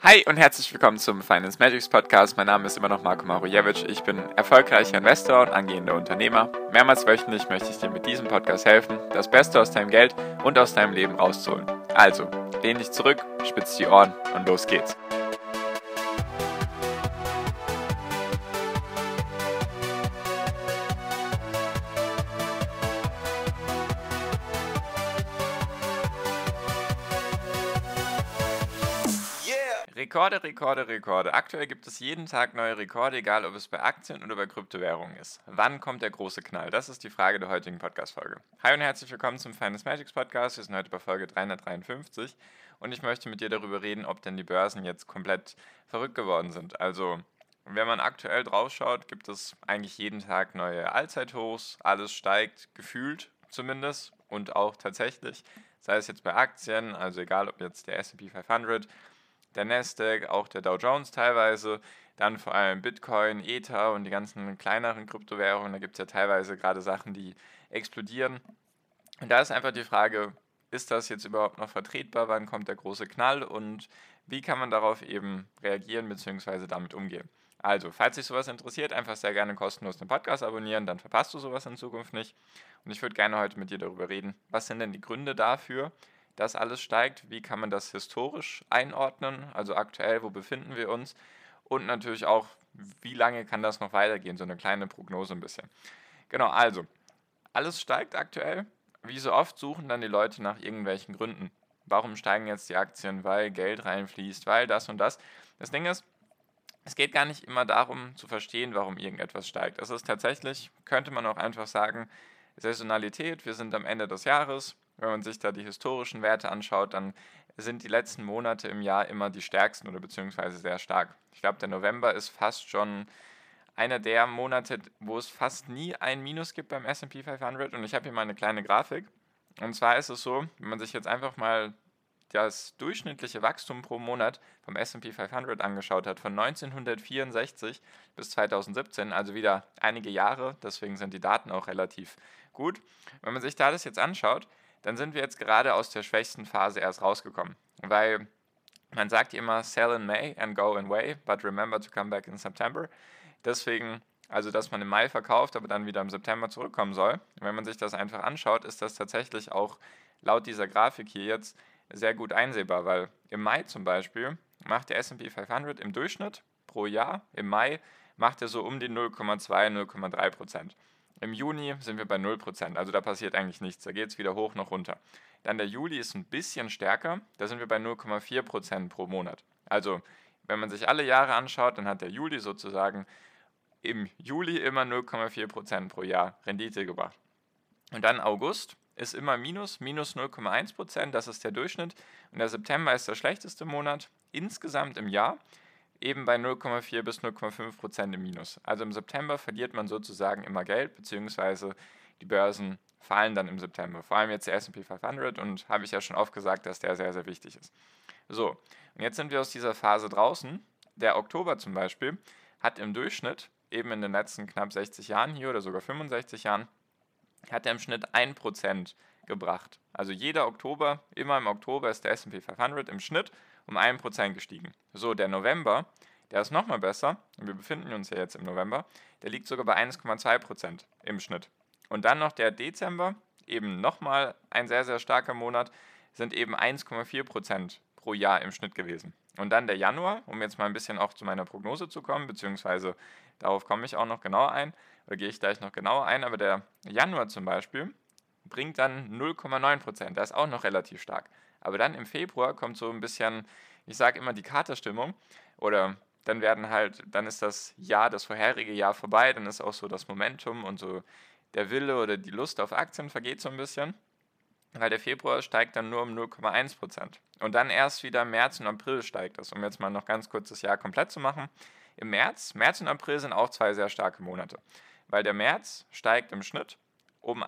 Hi und herzlich willkommen zum Finance Magics Podcast. Mein Name ist immer noch Marko Marujewicz. Ich bin erfolgreicher Investor und angehender Unternehmer. Mehrmals wöchentlich möchte ich dir mit diesem Podcast helfen, das Beste aus deinem Geld und aus deinem Leben rauszuholen. Also, lehn dich zurück, spitz die Ohren und los geht's. Rekorde. Aktuell gibt es jeden Tag neue Rekorde, egal ob es bei Aktien oder bei Kryptowährungen ist. Wann kommt der große Knall? Das ist die Frage der heutigen Podcast-Folge. Hi und herzlich willkommen zum Finance Magics Podcast. Wir sind heute bei Folge 353 und ich möchte mit dir darüber reden, ob denn die Börsen jetzt komplett verrückt geworden sind. Also, wenn man aktuell drauf schaut, gibt es eigentlich jeden Tag neue Allzeithochs. Alles steigt, gefühlt zumindest und auch tatsächlich. Sei es jetzt bei Aktien, also egal ob jetzt der S&P 500, der Nasdaq, auch der Dow Jones teilweise, dann vor allem Bitcoin, Ether und die ganzen kleineren Kryptowährungen, da gibt es ja teilweise gerade Sachen, die explodieren. Und da ist einfach die Frage, ist das jetzt überhaupt noch vertretbar, wann kommt der große Knall und wie kann man darauf eben reagieren bzw. damit umgehen. Also, falls dich sowas interessiert, einfach sehr gerne kostenlos den Podcast abonnieren, dann verpasst du sowas in Zukunft nicht. Und ich würde gerne heute mit dir darüber reden, was sind denn die Gründe dafür, dass alles steigt, wie kann man das historisch einordnen, also aktuell, wo befinden wir uns und natürlich auch, wie lange kann das noch weitergehen, so eine kleine Prognose ein bisschen. Genau, also, alles steigt aktuell, wie so oft suchen dann die Leute nach irgendwelchen Gründen. Warum steigen jetzt die Aktien? Weil Geld reinfließt, weil das und das. Das Ding ist, es geht gar nicht immer darum zu verstehen, warum irgendetwas steigt. Es ist tatsächlich, könnte man auch einfach sagen, Saisonalität, wir sind am Ende des Jahres. Wenn man sich da die historischen Werte anschaut, dann sind die letzten Monate im Jahr immer die stärksten oder beziehungsweise sehr stark. Ich glaube, der November ist fast schon einer der Monate, wo es fast nie ein Minus gibt beim S&P 500. Und ich habe hier mal eine kleine Grafik. Und zwar ist es so, wenn man sich jetzt einfach mal das durchschnittliche Wachstum pro Monat vom S&P 500 angeschaut hat, von 1964 bis 2017, also wieder einige Jahre, deswegen sind die Daten auch relativ gut. Wenn man sich da das jetzt anschaut, dann sind wir jetzt gerade aus der schwächsten Phase erst rausgekommen, weil man sagt immer, sell in May and go away, but remember to come back in September. Deswegen, also dass man im Mai verkauft, aber dann wieder im September zurückkommen soll. Und wenn man sich das einfach anschaut, ist das tatsächlich auch laut dieser Grafik hier jetzt sehr gut einsehbar, weil im Mai zum Beispiel macht der S&P 500 im Durchschnitt pro Jahr, im Mai macht er so um die 0,2, 0,3%. Im Juni sind wir bei 0%, also da passiert eigentlich nichts, da geht es weder hoch noch runter. Dann der Juli ist ein bisschen stärker, da sind wir bei 0,4% pro Monat. Also wenn man sich alle Jahre anschaut, dann hat der Juli sozusagen im Juli immer 0,4% pro Jahr Rendite gebracht. Und dann August ist immer minus 0,1%, das ist der Durchschnitt. Und der September ist der schlechteste Monat insgesamt im Jahr, eben bei 0,4 bis 0,5% im Minus. Also im September verliert man sozusagen immer Geld, beziehungsweise die Börsen fallen dann im September. Vor allem jetzt der S&P 500 und habe ich ja schon oft gesagt, dass der sehr, sehr wichtig ist. So, und jetzt sind wir aus dieser Phase draußen. Der Oktober zum Beispiel hat im Durchschnitt, eben in den letzten knapp 60 Jahren hier oder sogar 65 Jahren, hat er im Schnitt 1% gebracht. Also jeder Oktober, immer im Oktober ist der S&P 500 im Schnitt um 1% gestiegen. So, der November, der ist nochmal besser, und wir befinden uns ja jetzt im November, der liegt sogar bei 1,2% im Schnitt. Und dann noch der Dezember, eben nochmal ein sehr, sehr starker Monat, sind eben 1,4% pro Jahr im Schnitt gewesen. Und dann der Januar, um jetzt mal ein bisschen auch zu meiner Prognose zu kommen, beziehungsweise darauf komme ich auch noch genauer ein, oder gehe ich gleich noch genauer ein, aber der Januar zum Beispiel bringt dann 0,9%, das ist auch noch relativ stark. Aber dann im Februar kommt so ein bisschen, ich sage immer die Katerstimmung, oder dann ist das Jahr, das vorherige Jahr vorbei, dann ist auch so das Momentum und so der Wille oder die Lust auf Aktien vergeht so ein bisschen, weil der Februar steigt dann nur um 0,1%. Und dann erst wieder März und April steigt das, um jetzt mal noch ganz kurz das Jahr komplett zu machen. Im März und April sind auch zwei sehr starke Monate, weil der März steigt im Schnitt um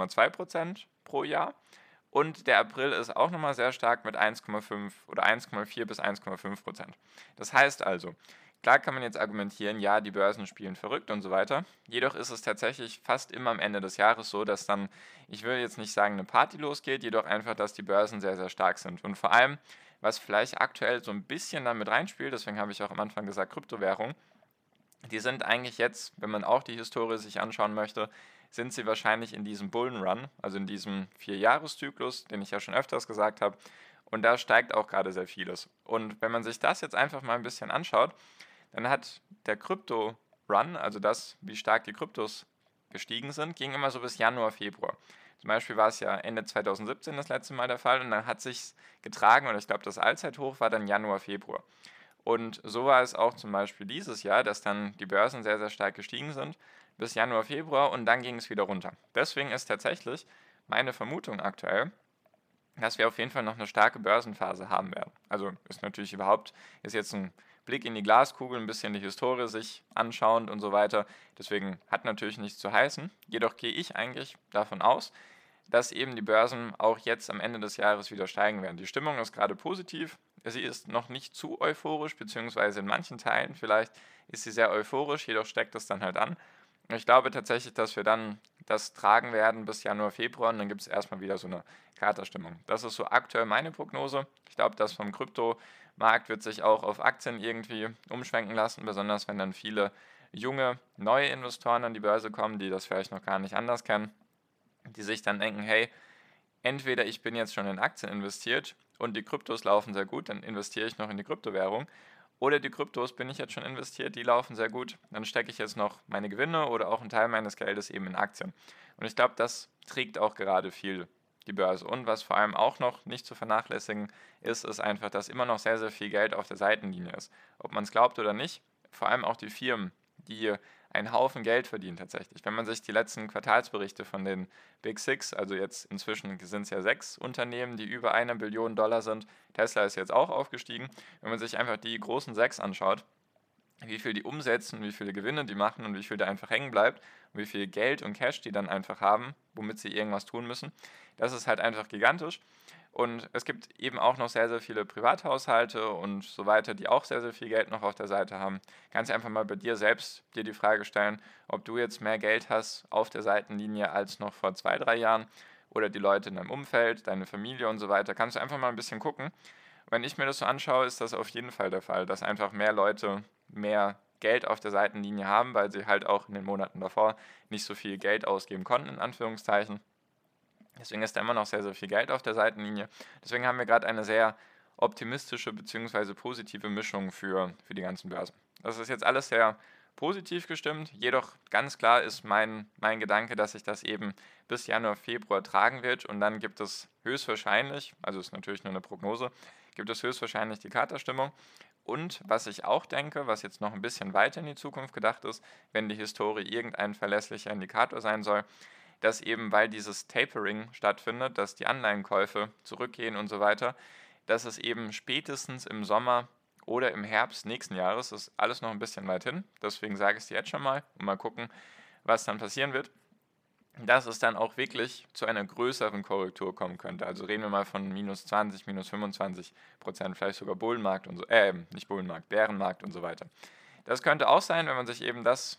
1,2% pro Jahr und der April ist auch nochmal sehr stark mit 1,5 oder 1,4 bis 1,5%. Das heißt also, klar kann man jetzt argumentieren, ja, die Börsen spielen verrückt und so weiter, jedoch ist es tatsächlich fast immer am Ende des Jahres so, dass dann, ich will jetzt nicht sagen, eine Party losgeht, jedoch einfach, dass die Börsen sehr, sehr stark sind. Und vor allem, was vielleicht aktuell so ein bisschen damit reinspielt, deswegen habe ich auch am Anfang gesagt Kryptowährung, die sind eigentlich jetzt, wenn man auch die Historie sich anschauen möchte, sind sie wahrscheinlich in diesem Bullenrun, also in diesem Vierjahreszyklus, den ich ja schon öfters gesagt habe. Und da steigt auch gerade sehr vieles. Und wenn man sich das jetzt einfach mal ein bisschen anschaut, dann hat der Krypto-Run, also das, wie stark die Kryptos gestiegen sind, ging immer so bis Januar, Februar. Zum Beispiel war es ja Ende 2017 das letzte Mal der Fall und dann hat sich getragen und ich glaube, das Allzeithoch war dann Januar, Februar. Und so war es auch zum Beispiel dieses Jahr, dass dann die Börsen sehr, sehr stark gestiegen sind bis Januar, Februar und dann ging es wieder runter. Deswegen ist tatsächlich meine Vermutung aktuell, dass wir auf jeden Fall noch eine starke Börsenphase haben werden. Also ist jetzt ein Blick in die Glaskugel, ein bisschen die Historie sich anschauend und so weiter. Deswegen hat natürlich nichts zu heißen. Jedoch gehe ich eigentlich davon aus, dass eben die Börsen auch jetzt am Ende des Jahres wieder steigen werden. Die Stimmung ist gerade positiv. Sie ist noch nicht zu euphorisch, beziehungsweise in manchen Teilen vielleicht ist sie sehr euphorisch, jedoch steckt es dann halt an. Und ich glaube tatsächlich, dass wir dann das tragen werden bis Januar, Februar und dann gibt es erstmal wieder so eine Katerstimmung. Das ist so aktuell meine Prognose. Ich glaube, das vom Kryptomarkt wird sich auch auf Aktien irgendwie umschwenken lassen, besonders wenn dann viele junge, neue Investoren an die Börse kommen, die das vielleicht noch gar nicht anders kennen, die sich dann denken, hey, entweder ich bin jetzt schon in Aktien investiert und die Kryptos laufen sehr gut, dann investiere ich noch in die Kryptowährung. Oder die Kryptos bin ich jetzt schon investiert, die laufen sehr gut, dann stecke ich jetzt noch meine Gewinne oder auch einen Teil meines Geldes eben in Aktien. Und ich glaube, das trägt auch gerade viel die Börse. Und was vor allem auch noch nicht zu vernachlässigen ist, ist einfach, dass immer noch sehr, sehr viel Geld auf der Seitenlinie ist. Ob man es glaubt oder nicht, vor allem auch die Firmen, die einen Haufen Geld verdienen tatsächlich. Wenn man sich die letzten Quartalsberichte von den Big Six, also jetzt inzwischen sind es ja 6 Unternehmen, die über 1 Billion Dollar sind, Tesla ist jetzt auch aufgestiegen, wenn man sich einfach die großen 6 anschaut, wie viel die umsetzen, wie viele Gewinne die machen und wie viel da einfach hängen bleibt und wie viel Geld und Cash die dann einfach haben, womit sie irgendwas tun müssen, das ist halt einfach gigantisch. Und es gibt eben auch noch sehr, sehr viele Privathaushalte und so weiter, die auch sehr, sehr viel Geld noch auf der Seite haben. Kannst du einfach mal bei dir selbst dir die Frage stellen, ob du jetzt mehr Geld hast auf der Seitenlinie als noch vor 2, 3 Jahren oder die Leute in deinem Umfeld, deine Familie und so weiter. Kannst du einfach mal ein bisschen gucken. Wenn ich mir das so anschaue, ist das auf jeden Fall der Fall, dass einfach mehr Leute mehr Geld auf der Seitenlinie haben, weil sie halt auch in den Monaten davor nicht so viel Geld ausgeben konnten, in Anführungszeichen. Deswegen ist da immer noch sehr, sehr viel Geld auf der Seitenlinie. Deswegen haben wir gerade eine sehr optimistische bzw. positive Mischung für die ganzen Börsen. Das ist jetzt alles sehr positiv gestimmt, jedoch ganz klar ist mein Gedanke, dass sich das eben bis Januar, Februar tragen wird und dann gibt es höchstwahrscheinlich, also ist natürlich nur eine Prognose, gibt es höchstwahrscheinlich die Katerstimmung. Und was ich auch denke, was jetzt noch ein bisschen weiter in die Zukunft gedacht ist, wenn die Historie irgendein verlässlicher Indikator sein soll, dass eben, weil dieses Tapering stattfindet, dass die Anleihenkäufe zurückgehen und so weiter, dass es eben spätestens im Sommer oder im Herbst nächsten Jahres, das ist alles noch ein bisschen weit hin, deswegen sage ich es dir jetzt schon mal und mal gucken, was dann passieren wird, dass es dann auch wirklich zu einer größeren Korrektur kommen könnte. Also reden wir mal von minus 20, minus 25%, vielleicht sogar Bullenmarkt und so, nicht Bullenmarkt, Bärenmarkt und so weiter. Das könnte auch sein, wenn man sich eben das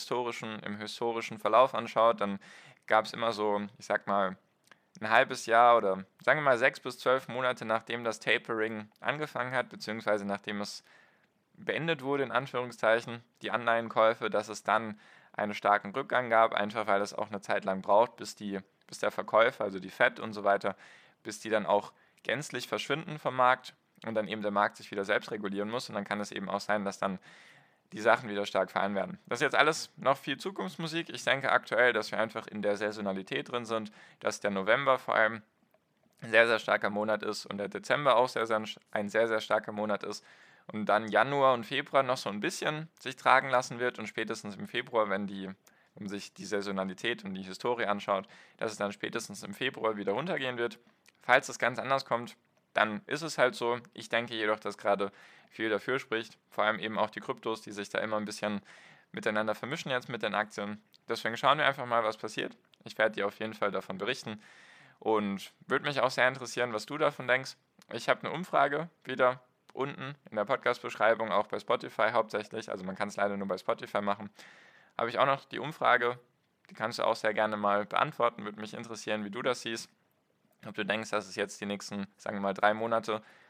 im historischen Verlauf anschaut, dann gab es immer so, ich sag mal, ein halbes Jahr oder sagen wir mal 6 bis 12 Monate, nachdem das Tapering angefangen hat, beziehungsweise nachdem es beendet wurde, in Anführungszeichen, die Anleihenkäufe, dass es dann einen starken Rückgang gab, einfach weil es auch eine Zeit lang braucht, bis der Verkäufer, also die Fed und so weiter, bis die dann auch gänzlich verschwinden vom Markt und dann eben der Markt sich wieder selbst regulieren muss. Und dann kann es eben auch sein, dass dann die Sachen wieder stark fallen werden. Das ist jetzt alles noch viel Zukunftsmusik. Ich denke aktuell, dass wir einfach in der Saisonalität drin sind, dass der November vor allem ein sehr, sehr starker Monat ist und der Dezember auch ein sehr, sehr starker Monat ist und dann Januar und Februar noch so ein bisschen sich tragen lassen wird und spätestens im Februar, wenn man sich die Saisonalität und die Historie anschaut, dass es dann spätestens im Februar wieder runtergehen wird. Falls es ganz anders kommt, dann ist es halt so. Ich denke jedoch, dass gerade viel dafür spricht, vor allem eben auch die Kryptos, die sich da immer ein bisschen miteinander vermischen jetzt mit den Aktien. Deswegen schauen wir einfach mal, was passiert. Ich werde dir auf jeden Fall davon berichten und würde mich auch sehr interessieren, was du davon denkst. Ich habe eine Umfrage wieder unten in der Podcast-Beschreibung, auch bei Spotify hauptsächlich. Also man kann es leider nur bei Spotify machen. Habe ich auch noch die Umfrage, die kannst du auch sehr gerne mal beantworten. Würde mich interessieren, wie du das siehst. Ob du denkst, dass es jetzt die nächsten, sagen wir mal, 3 Monate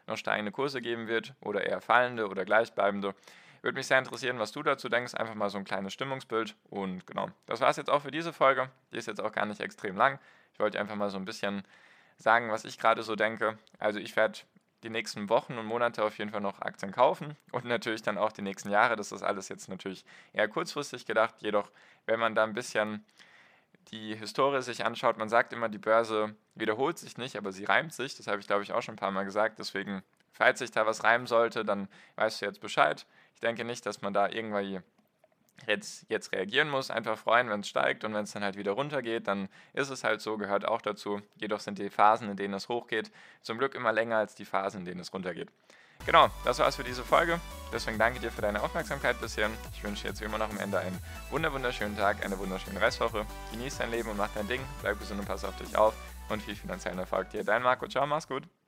noch steigende Kurse geben wird oder eher fallende oder gleichbleibende. Würde mich sehr interessieren, was du dazu denkst. Einfach mal so ein kleines Stimmungsbild. Und genau, das war es jetzt auch für diese Folge. Die ist jetzt auch gar nicht extrem lang. Ich wollte einfach mal so ein bisschen sagen, was ich gerade so denke. Also ich werde die nächsten Wochen und Monate auf jeden Fall noch Aktien kaufen und natürlich dann auch die nächsten Jahre. Das ist alles jetzt natürlich eher kurzfristig gedacht. Jedoch, wenn man da ein bisschen die Historie sich anschaut, man sagt immer, die Börse wiederholt sich nicht, aber sie reimt sich. Das habe ich, glaube ich, auch schon ein paar Mal gesagt. Deswegen, falls sich da was reimen sollte, dann weißt du jetzt Bescheid. Ich denke nicht, dass man da irgendwie jetzt reagieren muss, einfach freuen, wenn es steigt, und wenn es dann halt wieder runtergeht, dann ist es halt so, gehört auch dazu. Jedoch sind die Phasen, in denen es hochgeht, zum Glück immer länger als die Phasen, in denen es runtergeht. Genau, das war's für diese Folge. Deswegen danke dir für deine Aufmerksamkeit bisher. Ich wünsche dir jetzt wie immer noch am Ende einen wunderschönen Tag, eine wunderschöne Restwoche. Genieß dein Leben und mach dein Ding. Bleib gesund und pass auf dich auf. Und viel finanziellen Erfolg dir. Dein Marco. Ciao, mach's gut.